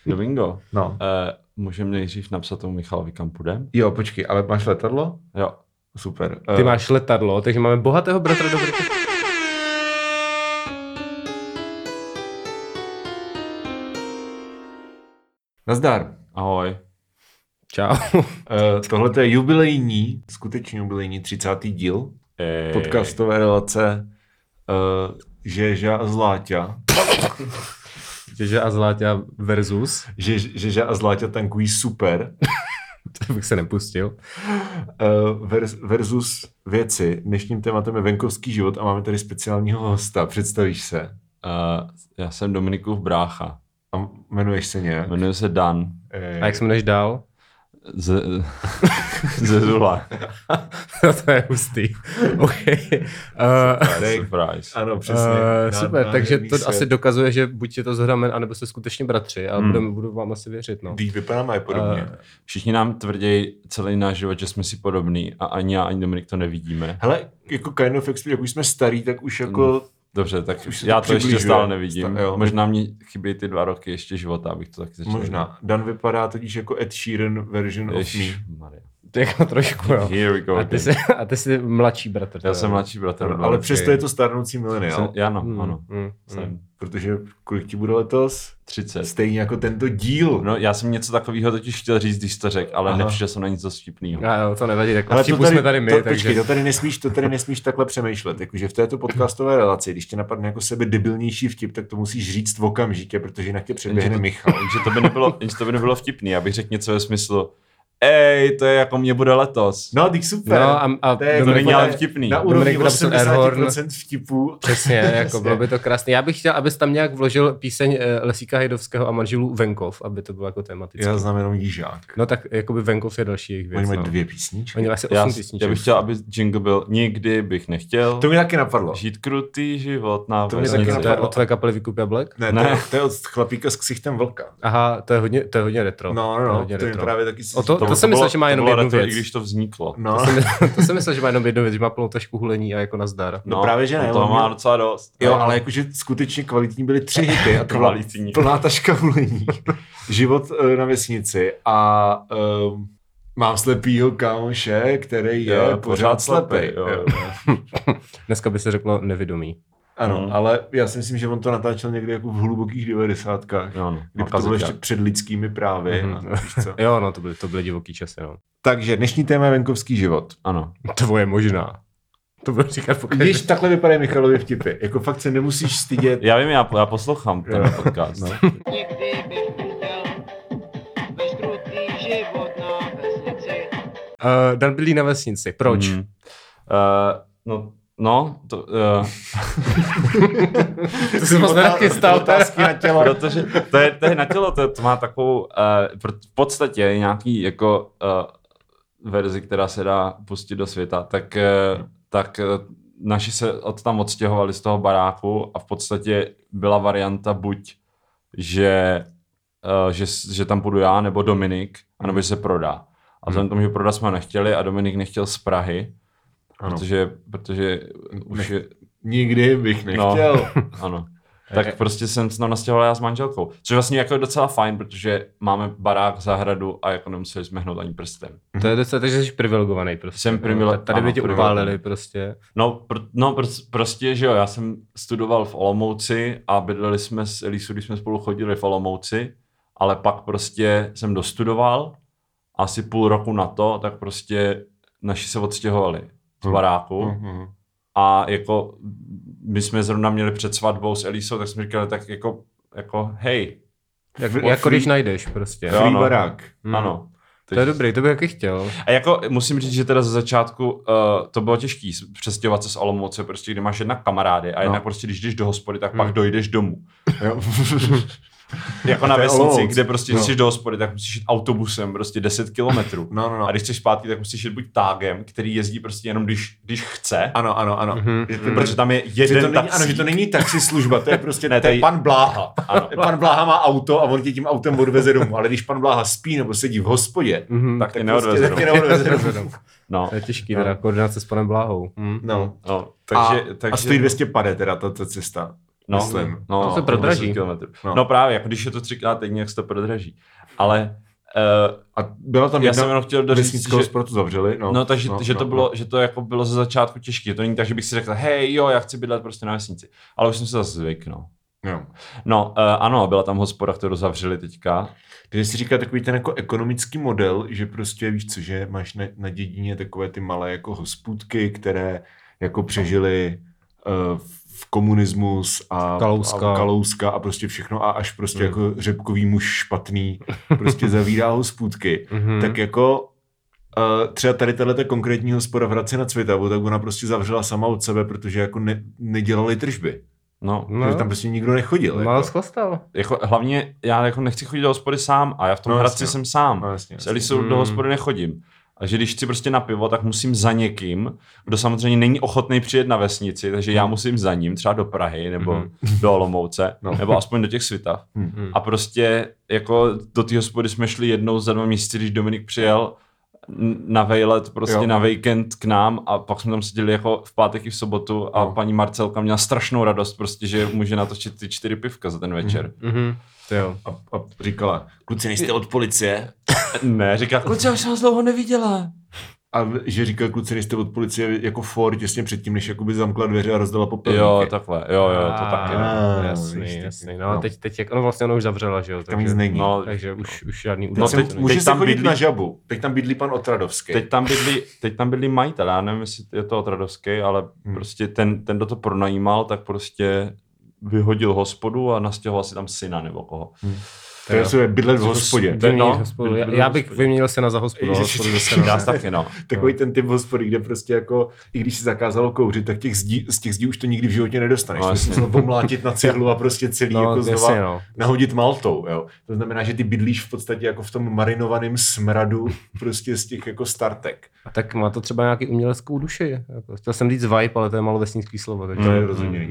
Domingo, No. můžeme nejdřív napsat tomu Michalovi, kam půjdem? Jo, počkej, ale máš letadlo? Jo. Super. Ty máš letadlo, takže máme bohatého bratra do Británie. Nazdar. Ahoj. Čau. Tohle je jubilejní, skutečně jubilejní 30. díl podcastové relace Žeža a Zláťa. Žeža a Zláťa versus. Žeža a Zláťa tankují super. To bych se nepustil. Versus věci. Dnešním tématem je venkovský život a máme tady speciálního hosta. Představíš se? Já jsem Dominikův brácha. A jmenuješ se nějak? Jmenuji se Dan. A jak se jmenuješ dál? Ze Zula. To je hustý. Okay. Surprise. Ano, přesně. Super, takže to asi dokazuje, že buď je to zhoda men, anebo jste skutečně bratři, ale budu vám asi věřit. No. Když vypadáme je podobně. Všichni nám tvrdí celý náš život, že jsme si podobní a ani já, ani Dominik to nevidíme. Hele, jako kind of experience, jak už jsme starý, tak už jako... Dobře, tak už já to ještě stále nevidím. Jo. Možná mě chybí ty 2 roky ještě života, abych to taky začal. Možná. Dan vypadá totiž jako Ed Sheeran version of me. Maria. Jako trošku, jo. Here we go. A ty jsi mladší bratr. Já jsem mladší bratr. Ale přesto je to stárnoucí mileniál. Ano. Protože kolik ti bude letos? 30. Stejně jako tento díl. No, já jsem něco takového totiž chtěl říct, když to řekl, ale nepřišel jsem na nic dost vtipného. Jo, to nevadí, tak ale vtipu jsme tady my. Takže... Počkej, to tady nesmíš takhle přemýšlet. Jakože v této podcastové relaci, když tě napadne jako sebe debilnější vtip, tak to musíš říct okamžitě, protože jinak tě předběhne Michal. Jenže to by nebylo vtipný, já bych řekl něco ve smyslu to je jako mě bude letos. No, tak super. No, a to je to není ale vtipný. Na úrovni 80% vtipů. Přesně, jako bylo by to krásné. Já bych chtěl, abys tam nějak vložil píseň Lesíka Hejdovského a manželů Venkov, aby to bylo jako tematické. Já znám jenom Jížák. No tak jakoby Venkov je další jejich věc. Oni mají 2 písničky. Oni mají asi 8 písniček. Já bych chtěl, aby jingle byl Nikdy bych nechtěl. To mi taky napadlo. Žít krutý život na vesnici. To je od tvé kapely Vykupě Black? Ne. To je od chlapíka s ksichtem vlka. Aha, to je hodně retro. No, to je právě taky. To jsem myslel, že má jenom jednu věc. I když to vzniklo. No. To jsem myslel, že má jenom jednu věc, že má plnou tašku hulení a jako nazdar. No právě, že ne. To má docela dost. Jo, ale jakože skutečně kvalitní byly 3 hity a to byla plná taška hulení. Život na vesnici a mám slepýho kámoše, který je pořád slepej. Dneska by se řeklo nevědomý. Ano, ale já si myslím, že on to natáčel někdy jako v hlubokých 90kách, kdy to bylo ještě před lidskými právy. Jo, no, to byly divoký časy, no. Takže dnešní téma je venkovský život. Ano. Tvoje možná. To bylo říkat pokaždé. Když takhle vypadají Michalovi vtipy, jako fakt se nemusíš stydět. Já vím, já poslouchám ten podcast. No. Dan bydlí na vesnici. Proč? To jsem moc nenachystal. Otázky na tělo. Protože to je na tělo, to má takovou, v podstatě nějaký jako verzi, která se dá pustit do světa, tak naši se tam odstěhovali z toho baráku a v podstatě byla varianta buď, že tam půjdu já nebo Dominik, anebo že se prodá. A vzhledem tomu, že prodat jsme ho nechtěli a Dominik nechtěl z Prahy, protože už je... Nikdy bych nechtěl. No, ano. Tak prostě jsem se tam nastěhoval já s manželkou. Což vlastně jako je docela fajn, protože máme barák, zahradu a jako nemuseli jsme hnout ani prstem. To je docela, takže jsi privilegovaný prostě. Jsem privilegovaný. Tady by tě upálili prostě. Prostě, že jo, já jsem studoval v Olomouci a bydleli jsme s Elísou, když jsme spolu chodili v Olomouci, ale pak prostě jsem dostudoval, asi půl roku na to, tak prostě naši se odstěhovali z baráku. A jako my jsme zrovna měli před svatbou s Elísou, tak jsme říkali tak jako hej. Jako když najdeš prostě. Free barák. Ano. To je dobrý, to bych taky chtěl. A jako musím říct, že teda ze začátku to bylo těžký přestěhovat se z Olomouce, prostě kde máš jednak kamarády a jednak prostě když jdeš do hospody, tak pak dojdeš domů. Jako na vesnici, kde prostě chceš do hospody, tak musíš jít autobusem prostě 10 kilometrů. No. A když chceš zpátky, tak musíš jít buď tágem, který jezdí prostě jenom když chce. Ano. Protože tam je jeden taxík. Ano, že to není taxislužba, to je prostě to je pan Bláha. Pan Bláha má auto a on tě tím autem odveze domů, ale když pan Bláha spí nebo sedí v hospodě, tak tě neodveze domů. No. To je těžký, teda koordinace s panem Bláhou. No. Takže a stojí 200 pade teda ta cesta. No, myslím. No, to se prodraží. No právě, jako když je to 3x týdně, jak se to prodraží. Ale a byla tam já jsem jenom chtěl doříct, vesnickou hospodu zavřeli. Takže že to jako bylo ze začátku těžké. To není tak, že bych si řekl, hej jo, já chci bydlet prostě na vesnici. Ale už jsem se zase zvyknul. Jo. No, ano, byla tam hospoda, kterou zavřeli teďka. Když si říká takový ten jako ekonomický model, že prostě víš co, že máš na dědině takové ty malé jako hospůdky, které jako přežily v komunismus a Kalouska a prostě všechno a až prostě jako řepkový muž špatný prostě zavírá hospůdky, tak jako třeba tady tato konkrétní hospoda v Hradci nad Svitavou, tak ona prostě zavřela sama od sebe, protože jako nedělali tržby. No. Takže tam prostě nikdo nechodil. Málo schlastal. Jako, hlavně já jako nechci chodit do hospody sám a já v tom Hradci jsem sám. S Elisou do hospody nechodím. A že když chci prostě na pivo, tak musím za někým, kdo samozřejmě není ochotný přijet na vesnici, takže já musím za ním, třeba do Prahy nebo do Olomouce, nebo aspoň do těch Svitav. A prostě jako do té hospody jsme šli jednou za 2 měsíce, když Dominik přijel na vejlet, prostě na víkend k nám a pak jsme tam seděli jako v pátek i v sobotu a paní Marcelka měla strašnou radost prostě, že může natočit ty 4 pivka za ten večer. A říkala, kluci nejste od policie? Ne, říká, kluci, já už jsem vás dlouho neviděla. A že říkal, kluci nejste od policie jako for těsně předtím, než jakoby zamkla dveře a rozdala popelníky. Jo, takhle, jo, to taky. Jasný. No, teď jak ono vlastně už zavřela, že jo. Tam nic není. No, takže už žádný údaj. Může se chodit na žabu. Teď tam bydlí pan Otradovský. Teď tam bydlí majitel, já nevím, jestli je to Otradovský, ale prostě ten, kdo to pronajímal, tak prostě vyhodil hospodu a nastěhoval si tam syna nebo koho. To je bydlet v hospodě. Já bych vyměnil syna za hospodu. Takový ten typ hospody, kde prostě jako, i když si zakázalo kouřit, tak z těch zdí už to nikdy v životě nedostaneš. No, musíš to pomlátit na cihlu a prostě celý jako znova nahodit maltou. Jo. To znamená, že ty bydlíš v podstatě jako v tom marinovaném smradu prostě z těch jako startek. A tak má to třeba nějaký uměleckou duši. Chtěl jsem říct vibe, ale to je malo vesnický slovo. Takže to je rozhodně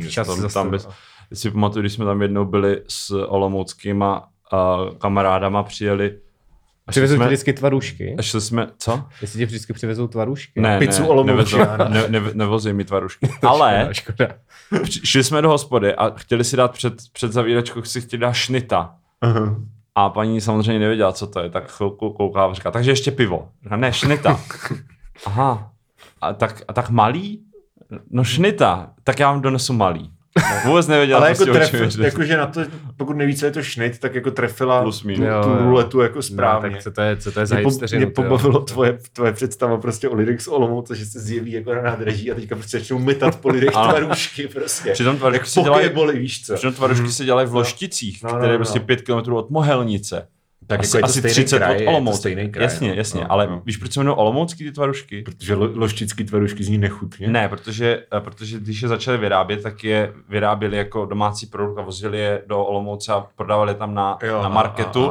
si pamatuju, když jsme tam jednou byli s olomouckýma kamarádama přijeli. Přivezou ti vždycky tvarůžky? Šli jsme, co? Jestli ti vždycky přivezou tvarůžky? Ne, pizzu Olomoucí. Nevozí mi tvarůžky. Ale škoda. Šli jsme do hospody a chtěli si dát před zavíračkou, si chtěli dát šnita. A paní samozřejmě nevěděla, co to je, tak chvilku kouká a říká, takže ještě pivo. Říká, ne, šnita. Aha. A tak malý? No šnita. Tak já vám donesu malý. Vůbec nevěděla, ale jako jakože na to, pokud neví, co je to šnit, tak jako trefila tu ruletu jako správně. No, tak co to je za hipsteřinu? Mě pobavilo tvoje představa prostě o lidech z Olomouce, že se zjeví jako na nádraží a teďka prostě začnou mytat po lidech tvarůžky prostě. Přitom tvarůžky se dělají v Lošticích, které je prostě 5 km od Mohelnice. Tak jako asi 30 kraj, od Olomouce. Jasně, ale no. Víš, proč se jmenují olomoucký ty tvarůžky? Protože loštický tvarůžky zní nechutně. Ne, protože když je začali vyrábět, tak je vyráběli jako domácí produkt a vozili je do Olomouce a prodávali je tam na marketu.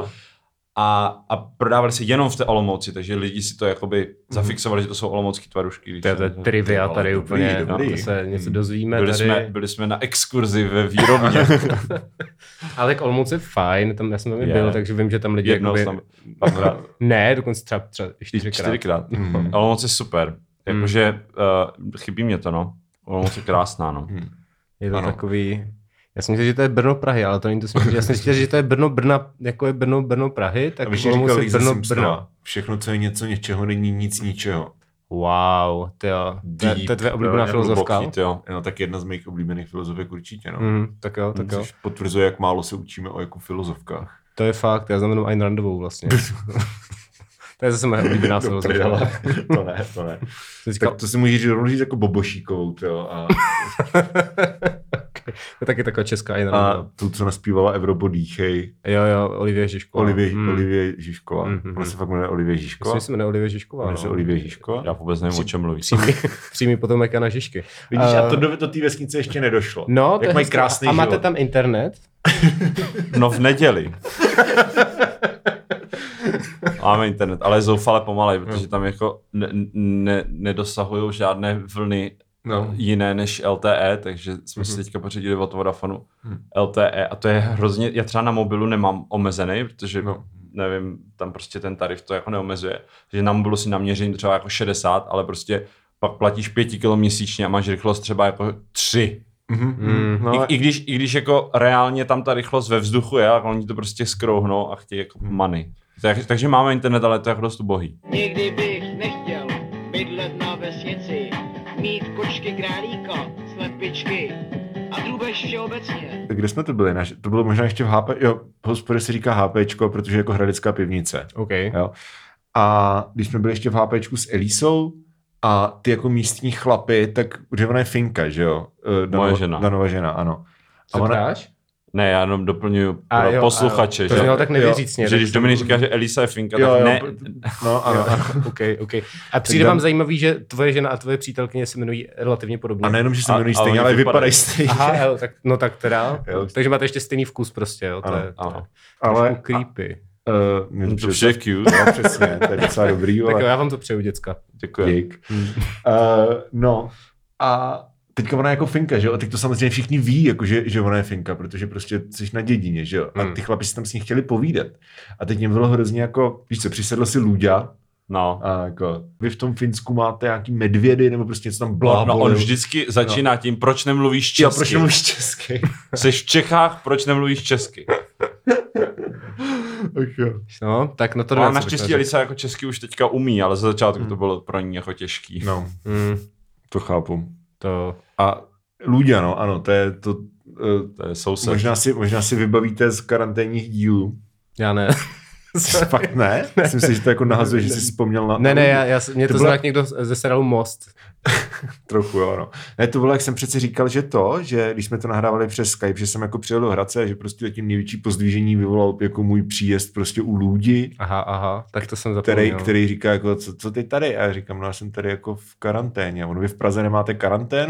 A prodávali se jenom v té Olomouci, takže lidi si to jakoby zafixovali, že to jsou olomoucký tvarůžky. To je trivia tady úplně, to se něco dozvíme. Byli jsme na exkurzi ve výrobně. Ale tak Olomouc je fajn, tam já jsem tam byl, takže vím, že tam lidi jakoby... Ne, dokonce třeba 4krát. Olomouc je super, jakože chybí mě to, no. Olomouc je krásná, no. Je to takový... Já si myslím, že to je Brno Prahy, ale to není to smysl. Já si myslím, že to je Brno, jako je Brno Prahy, tak Olomouc je Brno. Všechno, co je něco něčeho, není nic ničeho. Wow, to je tvoje oblíbená filozofka. No, tak jedna z mých oblíbených filozofek určitě, no. Tak jo. Což potvrzuje, jak málo se učíme o jako filozofkách. To je fakt, já znamenám Ayn Randovou vlastně. To je zase moje oblíbená filozofka. To ne. Tak to si můžeš říct jako Bobošíkovou, jo. To je taky taková česká Ayn Randová. A tu, co naspívala Evropo dýchej. Jo, Olivie Žižková. Olivie Žižková. Ona se fakt jmenuje Olivie Žižková? Myslím, že se jmenuje Olivie Žižková. Olivie Žižková? Já vůbec nevím, o čem mluví. Přímý potomek Jana Žižky. Vidíš, a to do té vesnice ještě nedošlo. No, jak mají krásný život. A máte tam internet? No v neděli. Máme internet, ale zoufale pomalej, protože tam jako nedosahují žádné vlny jiné než LTE, takže jsme si teďka pořídili od Vodafonu LTE a to je hrozně, já třeba na mobilu nemám omezený, protože nevím, tam prostě ten tarif to jako neomezuje, že na mobilu si naměřím třeba jako 60, ale prostě pak platíš 5 kg měsíčně a máš rychlost třeba jako 3. No, I když jako reálně tam ta rychlost ve vzduchu je, tak oni to prostě skrouhnou a chtějí jako money. Takže máme internet, ale to je jako dost ubohý. Nikdy bych nechtěl bydlet na vesnici, mít kočky, králíka, slepičky a drůbež všeobecně. Kde jsme to byli? To bylo možná ještě v HP, jo, v hospodě se říká HPčko, protože je jako hradecká pivnice. Okay. Jo. A když jsme byli ještě v HPčku s Elisou a ty jako místní chlapy, tak protože ona je Finka, že jo? Danova žena, ano. Co kráš? Ne, já jenom doplňuji pro posluchače. To mělo tak nevěřícně. Že když Dominik říká, že Elisa je Finka, tak ne. No, ano. Okay. A přijde vám zajímavý, že tvoje žena a tvoje přítelkyně se jmenují relativně podobně. A nejenom, že se jmenují stejně, ale vypadají stejně. Aha, jo, tak teda. Jo. Takže máte ještě stejný vkus prostě, jo. To je ale creepy. To vše cute. No, přesně, to je docela dobrý. Tak já vám to přeju, děcka. Děkuji. No a teďka ona je jako Finka, že jo? A teď to samozřejmě všichni ví, jako že ona je Finka, protože prostě jsi na dědině, že jo? A ty chlapi si tam s ní chtěli povídat. A teď jim bylo hrozně jako, víš co, přisedl si Luďa. No. A jako, vy v tom Finsku máte nějaký medvědy, nebo prostě něco tam blábolil. No, on vždycky začíná tím, proč nemluvíš česky. Jo, proč nemluvíš česky. Jsi v Čechách, proč nemluvíš česky. No, tak na to no, naštěstí Elisa jako česky už teďka umí, ale za začátku to bylo pro ní jako těžký. No, to chápu. To... A Luďa, no, ano, to je soused. Možná si vybavíte z karanténních dílů. Já ne. Fakt ne? Myslím si, že to jako nahazuje, že jsi vzpomněl na... Ne, mě to zná jak někdo ze seriálu Most. Trochu, jo, no. Ne, to bylo, jak jsem přece říkal, že když jsme to nahrávali přes Skype, že jsem jako přijel do Hradce a že prostě tím největší pozdvižení vyvolal jako můj příjezd prostě u Lůdi. Aha, tak to jsem zapomněl. Který říká jako, co ty tady? A já říkám, no já jsem tady jako v karanténě. A ono, vy v Praze nemáte karanténu?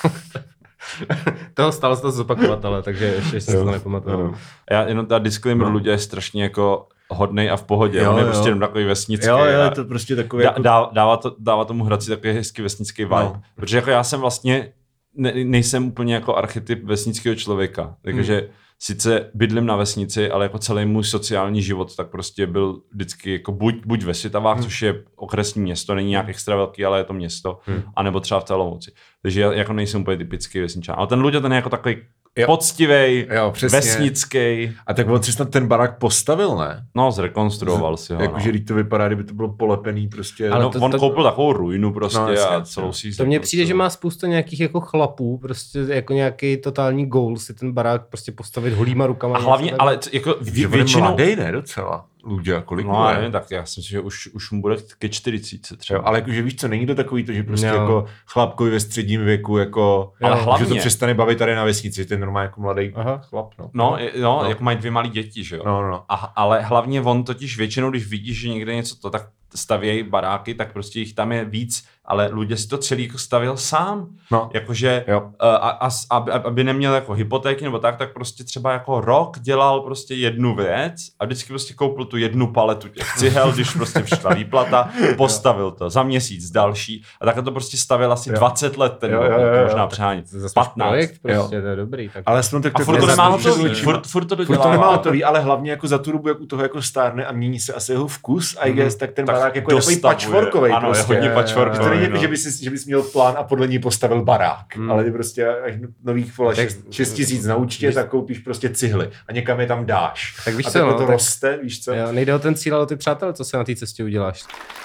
Toho stalo se to zopakovat, ale takže ještě si to nepamatuju. Já jenom ta disclaimer, Luďa je strašně jako hodnej a v pohodě. Jo, on je prostě jenom takový vesnický. Jo, to prostě takový jako... dává tomu Hradci takový hezký vesnický vibe. No. Protože jako já jsem vlastně nejsem úplně jako archetyp vesnického člověka. Takže sice bydlím na vesnici, ale jako celý můj sociální život tak prostě byl vždycky jako buď ve Svitavách, což je okresní město, není nějak extra velký, ale je to město, anebo třeba v té Olomouci. Takže já jako nejsem úplně typický vesničan. Ale ten Luďa, ten je jako takový poctivej, vesnický. A tak on si snad ten barák postavil, ne? No, zrekonstruoval si ho. Jakože když to vypadá, kdyby to bylo polepený prostě. Ale on koupil takovou ruinu prostě a celou si. To mně přijde, že má spousta nějakých jako chlapů, prostě jako nějaký totální goal si ten barák prostě postavit holýma rukama. A hlavně, ale jako většinou... mladej, ne docela. Luďa, kolik no, nevím, tak já si myslím, že už mu bude ke 40 třeba. Jo, ale jakože víš co, není to takový to, že prostě jako chlapkovi ve středním věku, jako, ale hlavně, že to přestane bavit tady na vesnici, ten normálně jako mladý chlap. No, jako mají 2 malí děti, že jo. No. Ale hlavně on totiž většinou, když vidíš, že někde něco to, tak stavějí baráky, tak prostě jich tam je víc, ale Luďa si to celý jako stavěl sám. No. Jakože, aby neměl jako hypotéky nebo tak prostě třeba jako rok dělal prostě jednu věc a vždycky prostě koupil tu jednu paletu těch cihel, když prostě přišla výplata, postavil to za měsíc další a takhle to prostě stavěl asi 20 let, ten možná přehánět. 15. Projekt prostě, to je dobrý. Tak... Ale a furt to nemá hotový, furt to nemá hotový, ale hlavně jako za tu dobu, jak u toho jako stárne a mění se asi jeho vkus, I guess, tak ten barák jako je takový patchworkovej. Ano, prostě. je hodně patchworkový. To není jako, že bys měl plán a podle ní postavil barák, ale ty prostě až nových 6 000 na účtě, tak koupíš prostě cihly a někam je tam dáš. Tak víš a co, to roste, víš co? Jo, nejde o ten cíl, ale o ty přátelé, co se na té cestě uděláš.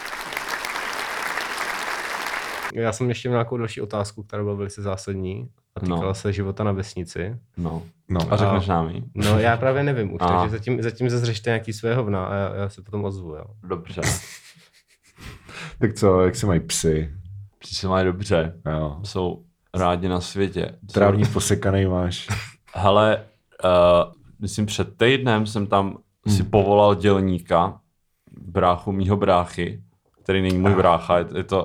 Já jsem ještě měl nějakou další otázku, která byla velice zásadní a týkala se života na vesnici. No. A řekneš nám ji? No já právě nevím už, takže zatím zřešte nějaký své hovna a já se potom ozvu, jo. Dobře. Tak co, jak se mají psy? Psy se mají dobře. Jo. Jsou rádi na světě. Trávník posekanej máš. Hele, myslím před týdnem jsem tam si povolal dělníka, bráchu mýho bráchy, který není můj brácha, je to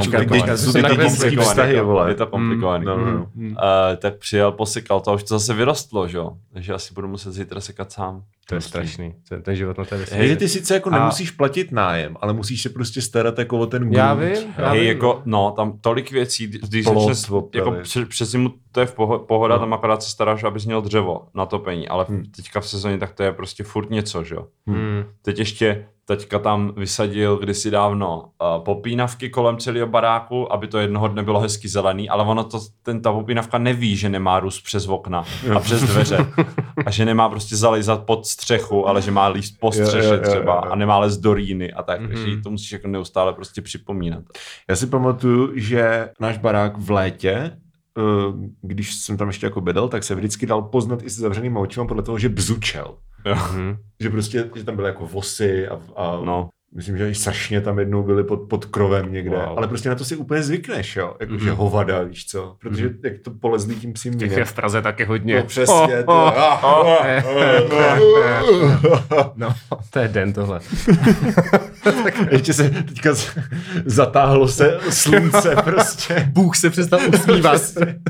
komplikovaný. Tak přijel, posekal to a už to zase vyrostlo, že jo? Takže asi budu muset zítra sekat sám. To je strašný, ten život na té vesnici. Hej, ty sice jako nemusíš platit nájem, ale musíš se prostě starat jako o ten grunt. Já vím. Jako, no, tam tolik věcí, když začneš, jako přes zimu to je v pohoda, tam akorát se staráš, abys měl dřevo na topení, ale teďka v sezóně tak to je prostě furt něco, že jo? Teď ještě teďka tam vysadil kdysi dávno popínavky kolem celého baráku, aby to jednoho dne bylo hezky zelený, ale ono ta popínavka neví, že nemá růst přes okna a přes dveře a že nemá prostě zalezat pod střechu, ale že má líst po střeše třeba a nemá lézt do rýny a tak, takže to musíš jako neustále prostě připomínat. Já si pamatuju, že náš barák v létě, když jsem tam ještě jako bydlel, tak se vždycky dal poznat i se zavřenýma očima podle toho, že bzučel. Že prostě, že tam byly jako vosy a myslím, že i sašně tam jednou byly pod krovem někde, ale prostě na to si úplně zvykneš, jo, jakože hovada, víš co, protože jak to polezlí tím psím minem. Těch je v Praze taky hodně. No přesně. No, to je den tohle. Ještě se teďka zatáhlo se slunce prostě. Bůh se přestal usmívat.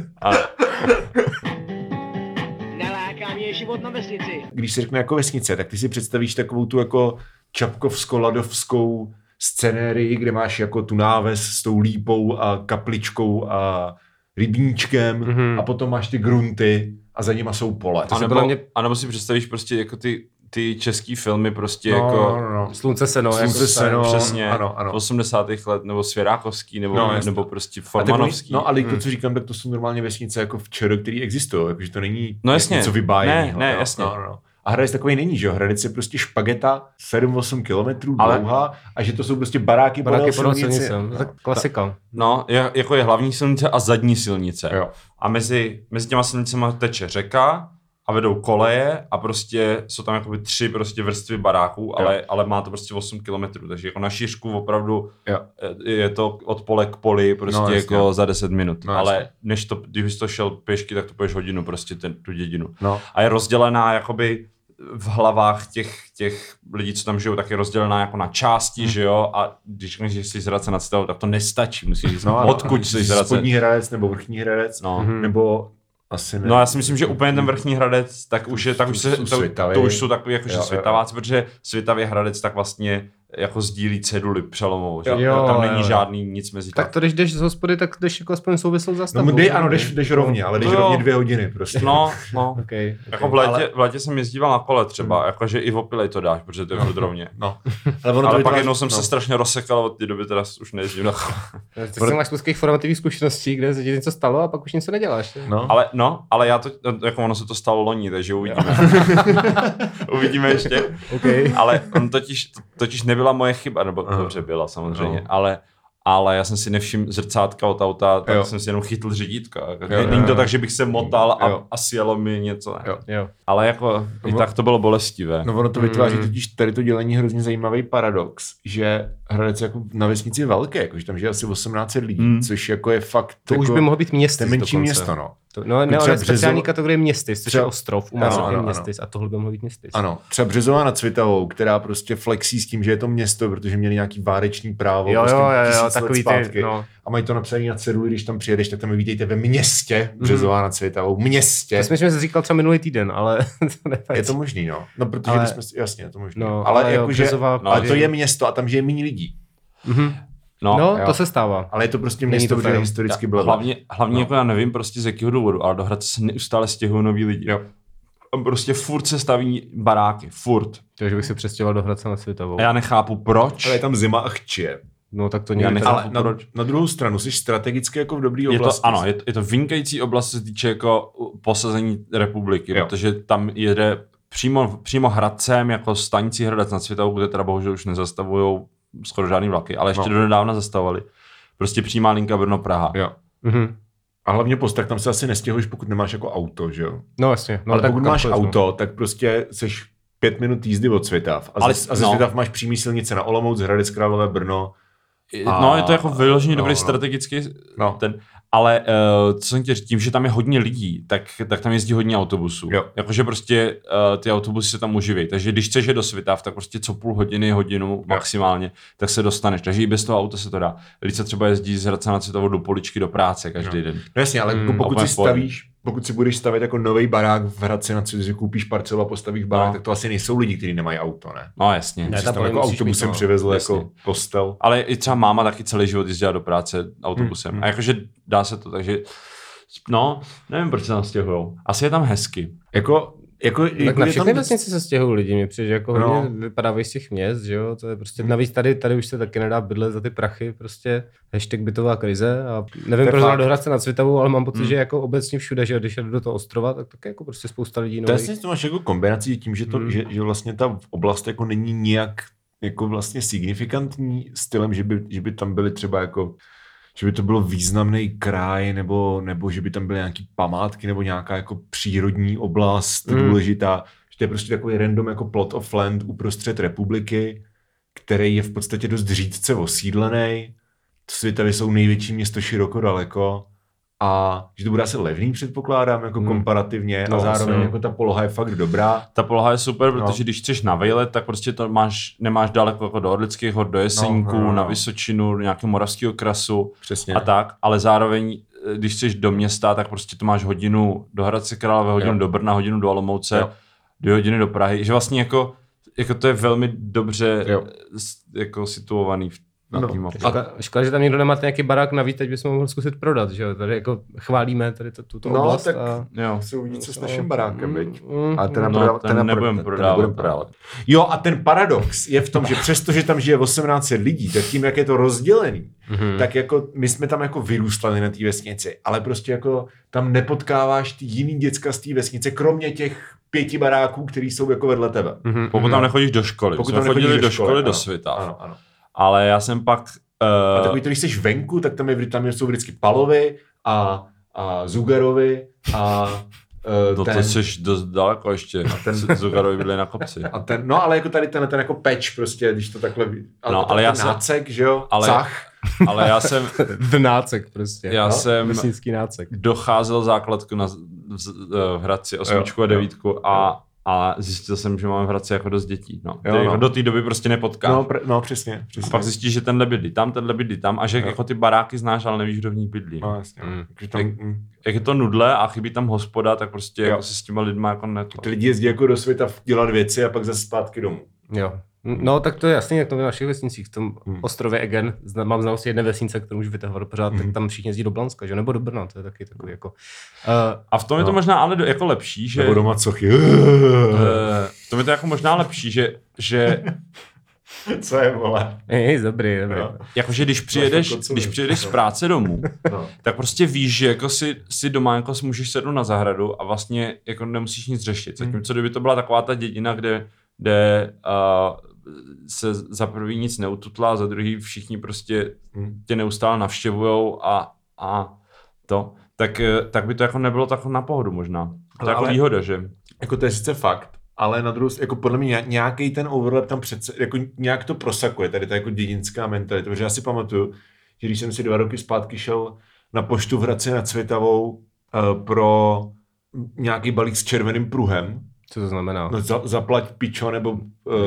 Neláká mě život na vesnici. Když se řekne jako vesnice, tak ty si představíš takovou tu jako čapkovsko-ladovskou scenérii, kde máš jako tu náves s tou lípou a kapličkou a rybníčkem a potom máš ty grunty a za nima jsou pole. A nebo si představíš prostě jako ty český filmy prostě Slunce seno. Přesně. Ano. 80. let, nebo Svěrákovský, nebo prostě Formanovský. Ale to, co říkám, tak to jsou normálně vesnice jako v ČR, který existují, jakože to není něco vybájeného. Ne, jasně. A Hradec takový není, že jo? Hradec je prostě špageta 7-8 kilometrů dlouhá a že to jsou prostě baráky podél silnice. Tak klasika. No, jako je hlavní silnice a zadní silnice. Jo. A mezi těma silnicema teče řeka a vedou koleje a prostě jsou tam jakoby 3 prostě vrstvy baráků, ale má to prostě 8 kilometrů, takže jako na šířku opravdu je to od pole k poli prostě jako za 10 minut, ale když to šel pěšky, tak to půjdeš hodinu prostě tu dědinu. No. A je rozdělená jakoby v hlavách těch lidí, co tam žijou, tak je rozdělená jako na části, že jo, a když řekneš, že jsi z Hradce nad Svitavou, tak to nestačí, musíš říct, odkud jsi z Hradce. Spodní Hradec nebo Vrchní Hradec, nebo asi ne. No já si myslím, že úplně ten Vrchní Hradec, tak už jsou takový jakože Svitaváci, protože Svitavě Hradec tak vlastně jako sdílí ceduly přelomovou, že tam není žádný nic mezi. Tak to když jdeš z hospody, tak jdeš jako aspoň souvislou zastavou. No jdeš rovně, ale jdeš rovně 2 hodiny prostě. No. Okay. Jako v létě jsem jezdíval na kole třeba, jakože i v opilej to dáš, protože to je rovně. No. Ale pak jednou jsem se strašně rozsekal, od té doby teda už nejezdím na kole. Ty jsi máš spoustu formativních zkušeností, kde se ti něco stalo a pak už nic neděláš. Ale já to, jako ono se to stalo loni, takže uvidíme. Uvidíme ještě. Okay. Ale on totiž nebyla moje chyba, nebo dobře byla samozřejmě, ale já jsem si nevšiml zrcátka od auta, tak jsem si jenom chytl řídítka. Není to tak, že bych se motal a sjelo mi něco. Jo. Ale jako i tak to bylo bolestivé. No ono to vytváří totiž tady to dělení hrozně zajímavý paradox, že Hradec jako na vesnici je velké, jakože tam žije asi 1800 lidí, což jako je fakt. To jako, už by mohlo být městy. To menší město, no. No, ale speciální kategorie městys, což je ostrov, u nás je městys a tohle by mohlo být městys. Ano, třeba Březová nad Svitavou, která prostě flexí s tím, že je to město, protože měli nějaký váreční právo, jo, takový zpátky. A mají to napsané na ceduli, když tam přijedeš, tak tam vítejte ve městě Březová nad Svitavou, městě. To jsme si říkal třeba minulý týden, ale to je to možný, no. No, protože jasně, je to možný. Ale jakože, to je město a tam žije méně lidí. No, to se stává. Ale je to prostě město, které historicky bylo. Hlavně jako já nevím prostě z jakého důvodu, ale do Hradce se neustále stěhují noví lidi. Jo. Prostě furt se staví baráky, furt. Takže bych se přestěhoval do Hradce nad Svitavou. A já nechápu proč. Ale je tam zima a chčije. No tak to někdy. Ale na druhou stranu jsi strategicky jako v dobrý oblasti. Je to vynikající oblast, co se týče jako posazení republiky, protože tam jede přímo Hradcem jako stanicí Hradec nad Svitavou, kde teda bohužel už nezastavujou skoro žádný vlaky, ale ještě donedávna zastavovali. Prostě přímá linka Brno-Praha. Jo. A hlavně tak tam se asi nestěhuješ, pokud nemáš jako auto, že jo? No jasně. Ale pokud máš auto, tak prostě seš 5 minut jízdy od Svitav. A ze Svitav máš přímý silnice na Olomouc, Hradec Králové, Brno. Je to jako vyložený dobrý strategický ten. Ale co jsem chtěl říct, tím, že tam je hodně lidí, tak tam jezdí hodně autobusů. Jakože prostě ty autobusy se tam uživí. Takže když chceš jít do Svitav, tak prostě co půl hodiny, hodinu maximálně, tak se dostaneš. Takže i bez toho auta se to dá. Lidi se třeba jezdí z Hradce nad Svitavou do Poličky do práce každý den. No jasně, ale pokud si budeš stavět jako nový barák v Hradci nad Svitavou, koupíš parcelu a postavíš barák, tak to asi nejsou lidi, kteří nemají auto, ne? No jasně. Ne, tam jako autobusem přivezl jako postel. Ale i třeba máma taky celý život jezdila do práce autobusem. A jakože dá se to, takže nevím, proč se tam stěhujou. Asi je tam hezky. Jako Tak na všechny vesnice se stěhují lidi, mě přijde, že jako hodně vypadávají z těch měst, že jo, to je prostě, navíc tady už se taky nedá bydlet za ty prachy, prostě hashtag bytová krize a nevím, proč do Hradce nad Svitavou, ale mám pocit, že jako obecně všude, že když jdu do toho ostrova, tak jako prostě spousta lidí nových. To je to máš jako kombinací tím, že že vlastně ta oblast jako není nijak jako vlastně signifikantní stylem, že by tam byly třeba jako že by to bylo významný kraj, nebo že by tam byly nějaký památky, nebo nějaká jako přírodní oblast důležitá. Že to je prostě takový random jako plot of land uprostřed republiky, který je v podstatě dost řídce osídlený. Svitavy jsou největší město široko daleko. A že to bude asi levný, předpokládám, jako komparativně, a zároveň jako ta poloha je fakt dobrá. Ta poloha je super, protože když chceš na vejlet, tak prostě to nemáš daleko jako do Orlických hor, do Jeseníků, na Vysočinu, do nějakého Moravského krasu. Přesně. A tak, ale zároveň, když chceš do města, tak prostě to máš hodinu do Hradce Králové, hodinu do Brna, hodinu do Olomouce, 2 hodiny do Prahy, že vlastně jako to je velmi dobře jako situovaný v škoda, že tam někdo nemá nějaký barák navíc, teď bychom mohl zkusit prodat, že jo, tady jako chválíme tady tuto oblast. Tak se uvidí, co s naším barákem, veď. A ten nebudeme prodávat. Jo, a ten paradox je v tom, že přesto, že tam žije 1800 lidí, tak tím, jak je to rozdělený, tak jako my jsme tam jako vyrůstali na té vesnici, ale prostě jako tam nepotkáváš ty jiný děcka z té vesnice, kromě těch 5 baráků, který jsou jako vedle tebe. Pokud tam nechodíš do školy. Pokud tam chodili do školy do Svitav. Ano. Ale já jsem pak... A takový, když jsi venku, tak tam jsou vždycky Palovy a Zugarovi a to jsi dost daleko ještě. Zugarovi byli na kopci. A ale jako tady ten jako peč prostě, když to takhle... Ale já jsem... Nácek, že jo? Cach. Ale já jsem... nácek prostě. Já jsem vesnický nácek. Docházel základku v Hradci 8 a 9 a zjistil jsem, že máme v Hradci jako dost dětí. Do té doby prostě nepotkáš. Přesně. A pak zjistíš, že tenhle bydlí tam a že jako ty baráky znáš, ale nevíš, kdo v ní bydlí. No, jasně. Jak je to nudle a chybí tam hospoda, tak prostě jako se s těma lidma jako Ty lidi jezdí jako do světa dělat věci a pak zase zpátky domů. Jo. No, tak to je jasný, jak to v našich vesnicích. V tom ostrově Egen mám znalosti jedné vesnice, kterou už vytahovat pořád, tak tam všichni jezdí do Blanska, že? Nebo do Brna, to je taky takový jako... A v tom je to možná ale jako lepší, že... Nebo doma cochy. V tom je to jako možná lepší, že... Co je, vole? Dobrý. Jakože když přijedeš z práce domů, tak prostě víš, že jako si doma jako si můžeš sednout na zahradu a vlastně jako nemusíš nic řešit. Zatímco kdyby to byla taková ta dědina, kde se za prvý nic neututla, za druhý všichni prostě tě neustále navštěvujou a to, tak by to jako nebylo tak na pohodu možná. To je jako výhoda, že? Jako to je sice fakt, ale na druhou jako podle mě nějaký ten overlap tam přece, jako nějak to prosakuje, tady ta jako dědinská mentalita, protože já si pamatuju, že když jsem si 2 roky zpátky šel na poštu v Hradci nad Svitavou pro nějaký balík s červeným pruhem. Co to znamená? No zaplať pičo, nebo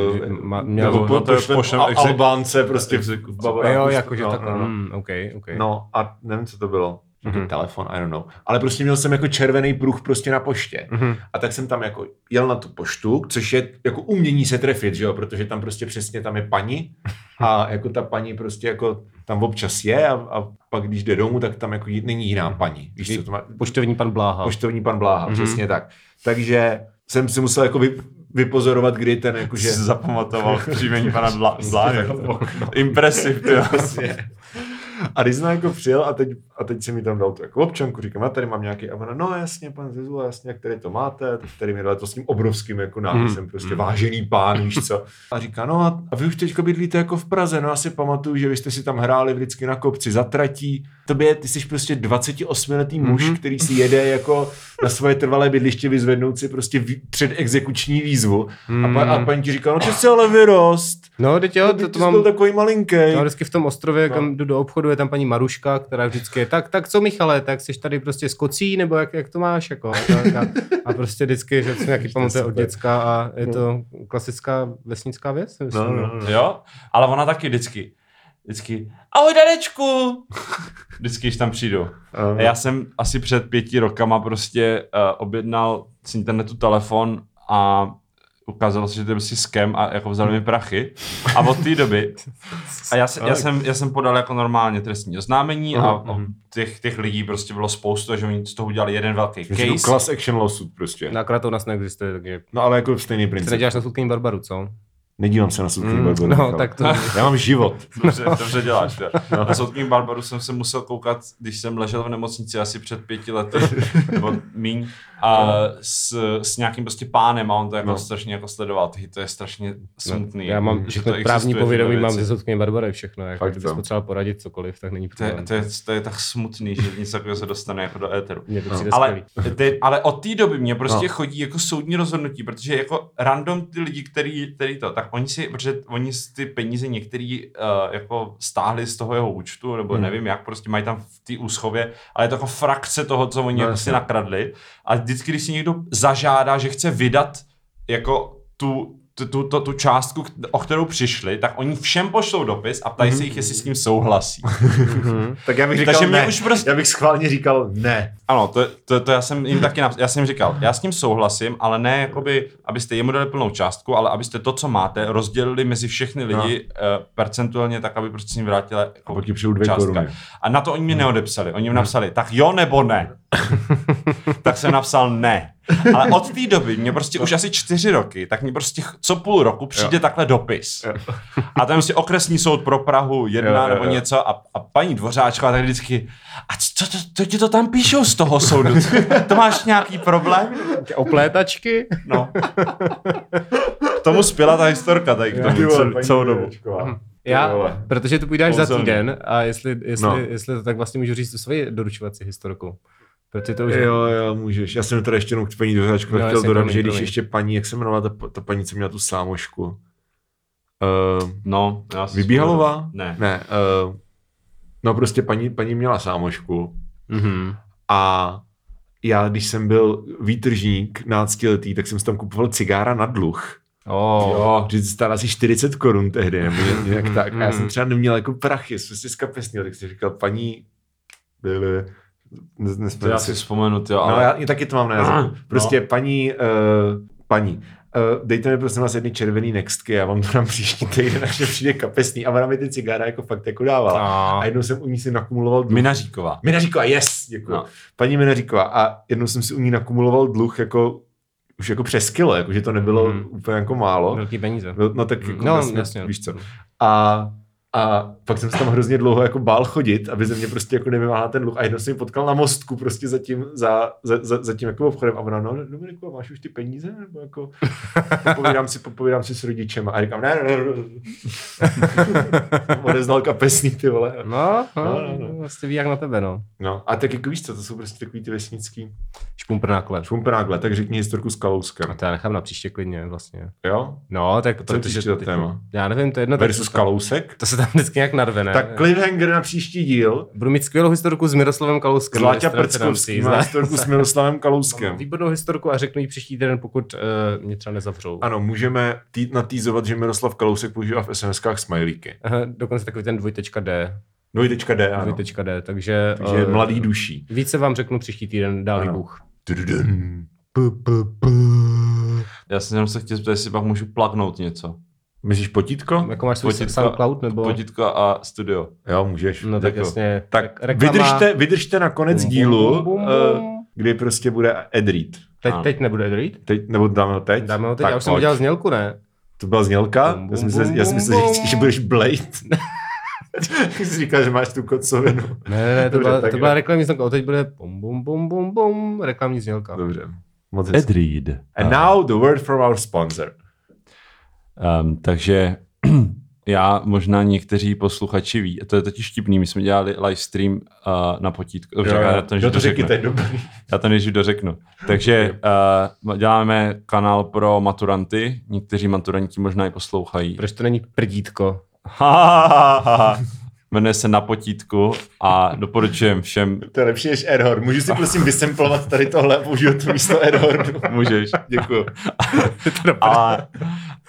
pošlem Albánce prostě v Bavoráku. Jo, jakože takhle. Okay. No a nevím, co to bylo. Telefon, I don't know. Ale prostě měl jsem jako červený pruh prostě na poště. A tak jsem tam jako jel na tu poštu, což je jako umění se trefit, že jo, protože tam prostě přesně tam je paní a jako ta paní prostě jako tam občas je a pak když jde domů, tak tam jako není jiná paní. Víš, co to má? Poštovní pan Bláha. Poštovní pan Bláha, přesně tak. Takže jsem si musel jako vypozorovat, kdy ten jakože... Zapamatoval příjmení pana Bláhy. Impresiv, ty vlastně. A když jsem jako přijel a teď si mi tam dal tu jako občanku, říkám, já tady mám nějaký, a ona, no jasně, pan Zizula, jasně, který to máte, tady mi dali to s tím obrovským jako nápisem, prostě vážený pán, víš co. A říká, no a vy už teďko bydlíte jako v Praze, no já si pamatuju, že vy jste si tam hráli vždycky na kopci za tratí, ty jsi prostě 28letý muž, který si jede jako na svoje trvalé bydliště vyzvednout si prostě předexekuční výzvu. A paní ti říká, no ty jsi ale vyrost. No, teď jo, to mám... byl takový malinkej. No, vždycky v tom ostrově, kam jdu do obchodu, je tam paní Maruška, která vždycky je, tak co Michale, tak jsi tady prostě s kocí, nebo jak to máš, jako. A prostě vždycky, že si nějaký pamatuje od děcka a je to klasická vesnická věc. No. Jo, ale ona taky vždycky, ahoj Dadečku! Vždycky, když tam přijdu. Já jsem asi před 5 rokama prostě objednal z internetu telefon a ukázalo se, že to je prostě scam a jako vzali mi prachy. A od té doby, a já jsem podal jako normálně trestní oznámení a těch lidí prostě bylo spoustu, že oni z toho udělali jeden velký case. Class action lawsuit prostě. Nakrát to u nás neexistuje, takže... No ale jako stejný princip. Ty neděláš na Soudkyni Barbaru, co? Nedívám se na Soudkyni Barbaru. No, tak to... Já mám život. Dobře děláš. No. Na Soudkyni Barbaru jsem se musel koukat, když jsem ležel v nemocnici asi před 5 lety, nebo míň, a s nějakým prostě pánem a on to jako strašně jako sledoval. To je strašně smutný. Já mám všechno právní povědomí, mám ze Soudkyně Barbary všechno. Jako, kdybys potřeboval poradit cokoliv, tak není problém. To je tak smutný, že nic takového se dostane jako do éteru. Ale od té doby mě prostě chodí jako soudní rozhodnutí, protože jako random ty lidi, který to, tak oni ty peníze některý jako stáhli z toho jeho účtu, nebo nevím jak, prostě mají tam v té úschově, ale je to jako frakce toho, co oni jako si nakradli. A vždycky, když si někdo zažádá, že chce vydat jako tu částku, o kterou přišli, tak oni všem pošlou dopis a ptají se jich, jestli s tím souhlasí. Tak já bych říkal ne. Já bych schválně říkal ne. Ano, to já jsem jim taky já jsem říkal, já s tím souhlasím, ale ne jakoby, abyste jemu dali plnou částku, ale abyste to, co máte, rozdělili mezi všechny lidi percentuálně tak, aby prostě s ním vrátila jako částka. A na to oni mi neodepsali. Oni mi napsali, tak jo nebo ne. Tak jsem napsal ne. Ale od té doby, mě prostě už asi 4 roky, tak mě prostě co půl roku přijde takhle dopis. A tam prostě okresní soud pro Prahu 1 nebo něco a paní Dvořáčková tak vždycky, a co ti to tam píšou z toho soudu? To máš nějaký problém? Oplétačky? No. Tomu spěla ta historka tady k tomu celou dobu. Protože tu půjdáš za týden a jestli to tak vlastně můžu říct tu svoji doručovací historku. To už... Jo, můžeš. Já jsem to ještě jenom k paní Dvořáčku chtěl dodat, že když ještě paní, jak se jmenovala ta paní, co měla tu sámošku? Vybíhalová? Ne. No prostě paní měla sámošku. A já, když jsem byl výtržník 12letý, tak jsem si tam kupoval cigára na dluh. Že stála asi 40 korun tehdy, nebo nějak tak. A já jsem třeba neměl jako prachy, jsem si z kapes měl, tak jsem říkal, paní... Já si vzpomenu, ale... No, já taky to mám na jazyku. Prostě paní, dejte mi prosím vás jedny červený nextky, já vám to dám příští týden, až přijde kapesný. A ona mi ty cigára jako fakt jako dávala. A jednou jsem u ní si nakumuloval dluh. Minaříková, yes, děkuji. No. Paní Minaříková. A jednou jsem si u ní nakumuloval dluh jako už jako přes kilo, jako, že to nebylo úplně jako málo. Velký peníze. No tak jako jasně, víš co. A pak jsem se tam hrozně dlouho jako bál chodit, aby ze mě prostě jako nevymáhla ten dluh. A jednou jsem ji potkal na mostku prostě za tím jako obchodem. A ona, no Dominiku, máš už ty peníze? Nebo jako popovídám si s rodičem. A říkám, ne. Odeznal kapesný, ty vole. No, vlastně ví jak na tebe, no. No, a tak jako víš co, to jsou prostě takový ty vesnický. Špumprnákle, tak řekni historku s Kalouskem. A to já nechám na příště klidně vlastně. Jo? No, tak to je to téma. Já nevím, to je jedno. Versus Kalousek? To se tam vždycky nějak narve, ne? Tak cliffhanger na příští díl. Budu mít skvělou historku s Miroslavem Kalouskem. Zláťa Prckovský má historku s Miroslavem Kalouskem. Výbornou historku a řeknu ji příští týden, pokud mě třeba nezavřou. Ano, můžeme natýzovat, že Miroslav Kalousek používá v SMS-kách smajlíky. Aha, dokonce takový ten 2.D. 2.D, ano. 2.D, takže mladý duší. Více vám řeknu příští týden, dálý Bůh. Já jsem se chtěl zeptat, jestli pak můžu plugnout něco. Myslíš potítko? Jako máš svůj SoundCloud nebo? Potítko a studio. Jo, můžeš. No tak jasně. Tak vydržte na konec dílu, kdy prostě bude Edread. Teď nebude Edread? Nebo dáme ho teď? Já už jsem udělal znělku, ne? To byla znělka? Já jsem myslel, že budeš Blade. Ty jsi říkal, že máš tu kocovinu. Ne, to byla reklamní znělka. Teď bude bum, reklamní znělka. Dobře. Edread. And now the word from our sponsor. Takže možná někteří posluchači ví, to je totiž vtipný, my jsme dělali livestream na potítku. Dobře, já to než dořeknu. Takže děláme kanál pro maturanty, někteří maturanti možná i poslouchají. Proč to není prdítko? Jmenuje se Na potítku a doporučujem všem. To je lepší než Error. Můžu si prosím vysemplovat tady tohle a použít to místo Error? Můžeš. Děkuju.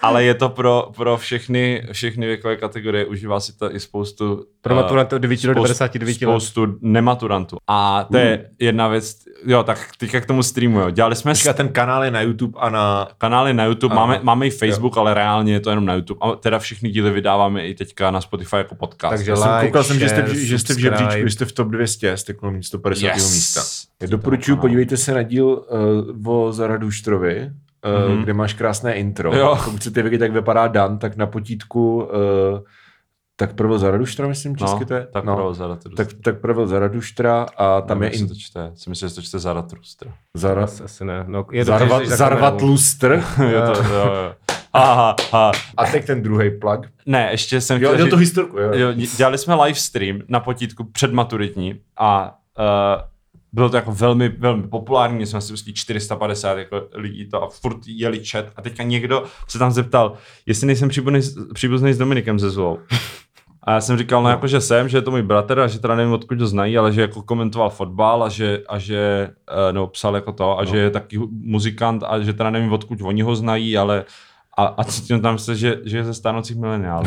ale je to pro všechny věkové kategorie, užívá si to i spoustu... Pro maturantů 9 do 99 let. Spoustu nematurantů. A to je jedna věc, jo, tak teďka k tomu streamu, jo. Dělali jsme... Ten kanál je na YouTube a na... Kanály na YouTube, máme i Facebook, ale reálně je to jenom na YouTube. A teda všechny díly vydáváme i teďka na Spotify jako podcast. Takže koukal jsem, že jste v žebříčku, že jste v top 200, jste kolem 150. místa. Já doporučuji, podívejte se na díl o Zaraduštrovi, kde máš krásné intro. Jo. Pokud chcete vědět, jak vypadá Dan, tak na potítku tak Prvo Zaraduštra, myslím, česky to je? Tak Prvo Zaratustra. Tak Prvo Zaraduštra a tam je... to čte. Si myslím, že to čte Zaratustra. Asi ne. No, Zarvatlustr. Jo. Aha. A teď ten druhý plug. Ne, ještě jsem chtěl říct... to historku, jo. Dělali jsme live stream na potítku předmaturitní a bylo to jako velmi, velmi populární, my jsme si pustili 450 jako lidí to a furt jeli chat a teďka někdo se tam zeptal, jestli nejsem příbuzný s Dominikem ze Zvou. A já jsem říkal, no jako, že jsem, že je to můj bratr a že teda nevím, odkud to znají, ale že jako komentoval fotbal a že no, psal jako to a že je taky muzikant a že teda nevím, odkud oni ho znají, ale a cítím tam se, že je ze stárnoucích mileniálů.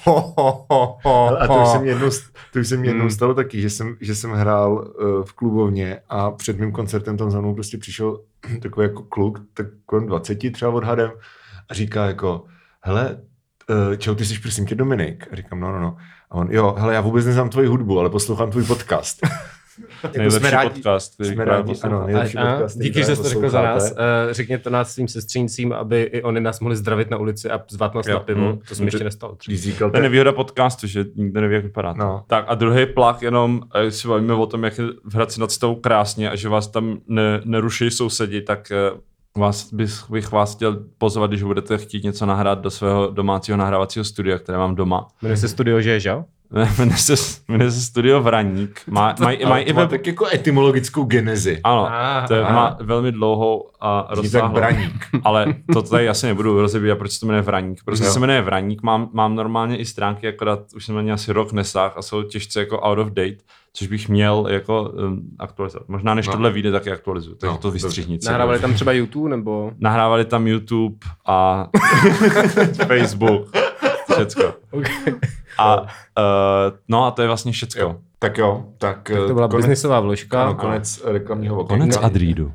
A to už se mi jednou stalo taky, že jsem hrál v klubovně a před mým koncertem tam za mnou prostě přišel takový jako kluk, tak kolem 20 třeba odhadem a říká jako, hele, čau, ty jsi prosím tě Dominik? A říkám, no. A on, jo, hele, já vůbec neznám tvoji hudbu, ale poslouchám tvůj podcast. Nejlepší podcast. Jsme rádi, ano, nejlepší podcast. Díky, že jsi to řekl za nás. Řekněte nás svým sestřenicím, aby i oni nás mohli zdravit na ulici a zvát nás na pivo. To se mi ještě nestalo. To je nevýhoda podcastu, že nikdo neví, jak vypadá. No. Tak a druhý plak, jenom si bavíme o tom, jak je v Hradci nad Stavou krásně a že vás tam neruší sousedi, tak bych vás chtěl pozvat, když budete chtít něco nahrát do svého domácího nahrávacího studia, které mám doma. Jmenuje se Studio Žeža? Jmenuje se Studio Vraník. Má tak jako etymologickou genezi. Ano, má velmi dlouhou a rozsáhlou. Vraník. Ale to tady asi nebudu rozebírat, proč se to jmenuje Vraník. Prostě se jmenuje Vraník, mám normálně i stránky, akorát už jsem na ně asi rok nesáhl a jsou těžce jako out of date, což bych měl jako aktualizovat. Možná než tohle vyjde, tak je aktualizuju. Takže to vystřihni. Nahrávali tam třeba YouTube, nebo? Nahrávali tam YouTube a Facebook. Všecko. Okay. A no a to je vlastně všecko. Tak to byla biznisová vložka. Ano, konec reklamního okénka. Konec Adrídu.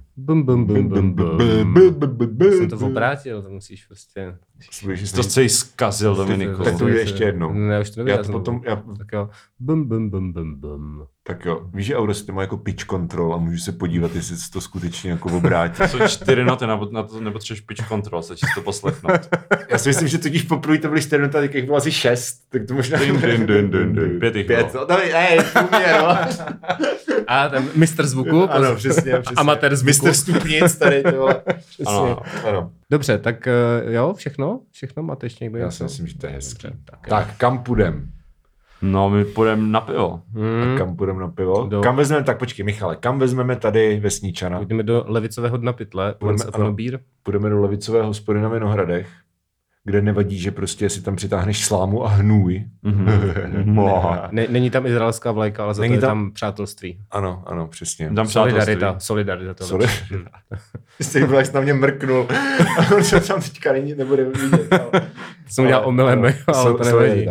Jsem to obrátil, to musíš prostě... To celý zkazil, Dominiku. Tak to je ještě jednou. Ne, už to nevěděl. Tak jo. Tak jo. Víš, že Audacity má jako pitch control a můžu se podívat, jestli se to skutečně jako obrátí. Jsou 4 noty, na to nepotřebuješ pitch control, stačí to poslechnout. Já si myslím, že totiž poprvé to byly 4 noty, tak jich bylo asi 6, tak to možná... 5 jich bylo. A ten mistr zvuku. Ano, přesně. Amatér zvuku. Mistr stupnic tady, to vole. Přesně. Ano. Dobře, tak jo, všechno? Všechno? Máte ještě někdo? Já si myslím, že to je hezký. Tak, kam půjdem? No, my půjdeme na pivo. A kam půjdeme na pivo? Kam vezmeme, tak počkej, Michale, kam vezmeme tady Vesničana? Půjdeme do levicového dna pytle, půjdeme do levicové hospody na Vinohradech, kde nevadí, že prostě si tam přitáhneš slámu a hnůj. Není tam izraelská vlajka, ale zato je tam přátelství. Ano, přesně. Solidarita. Jsi byl, jak jsi na mě mrknul. A on se tam teďka nebude vidět. To jsem udělal omylem, ale to nevadí.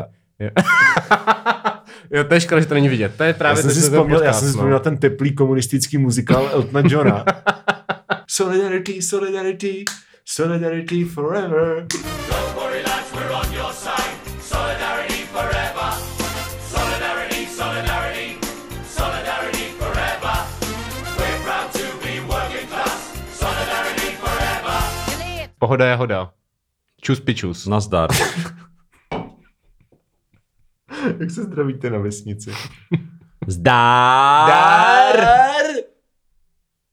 Jo, to je škoda, že to není vidět. To je právě já jsem si vzpomněl ten teplý komunistický muzikál Eltona Johna. Solidarity, solidarity, solidarity forever. Don't worry lads, we're on your side. Solidarity forever. Solidarity, solidarity, solidarity forever. We're proud to be working class. Solidarity forever. Pohoda je hoda. Čus pičus. Nazdar. Jak se zdravíte na vesnici? Zdar!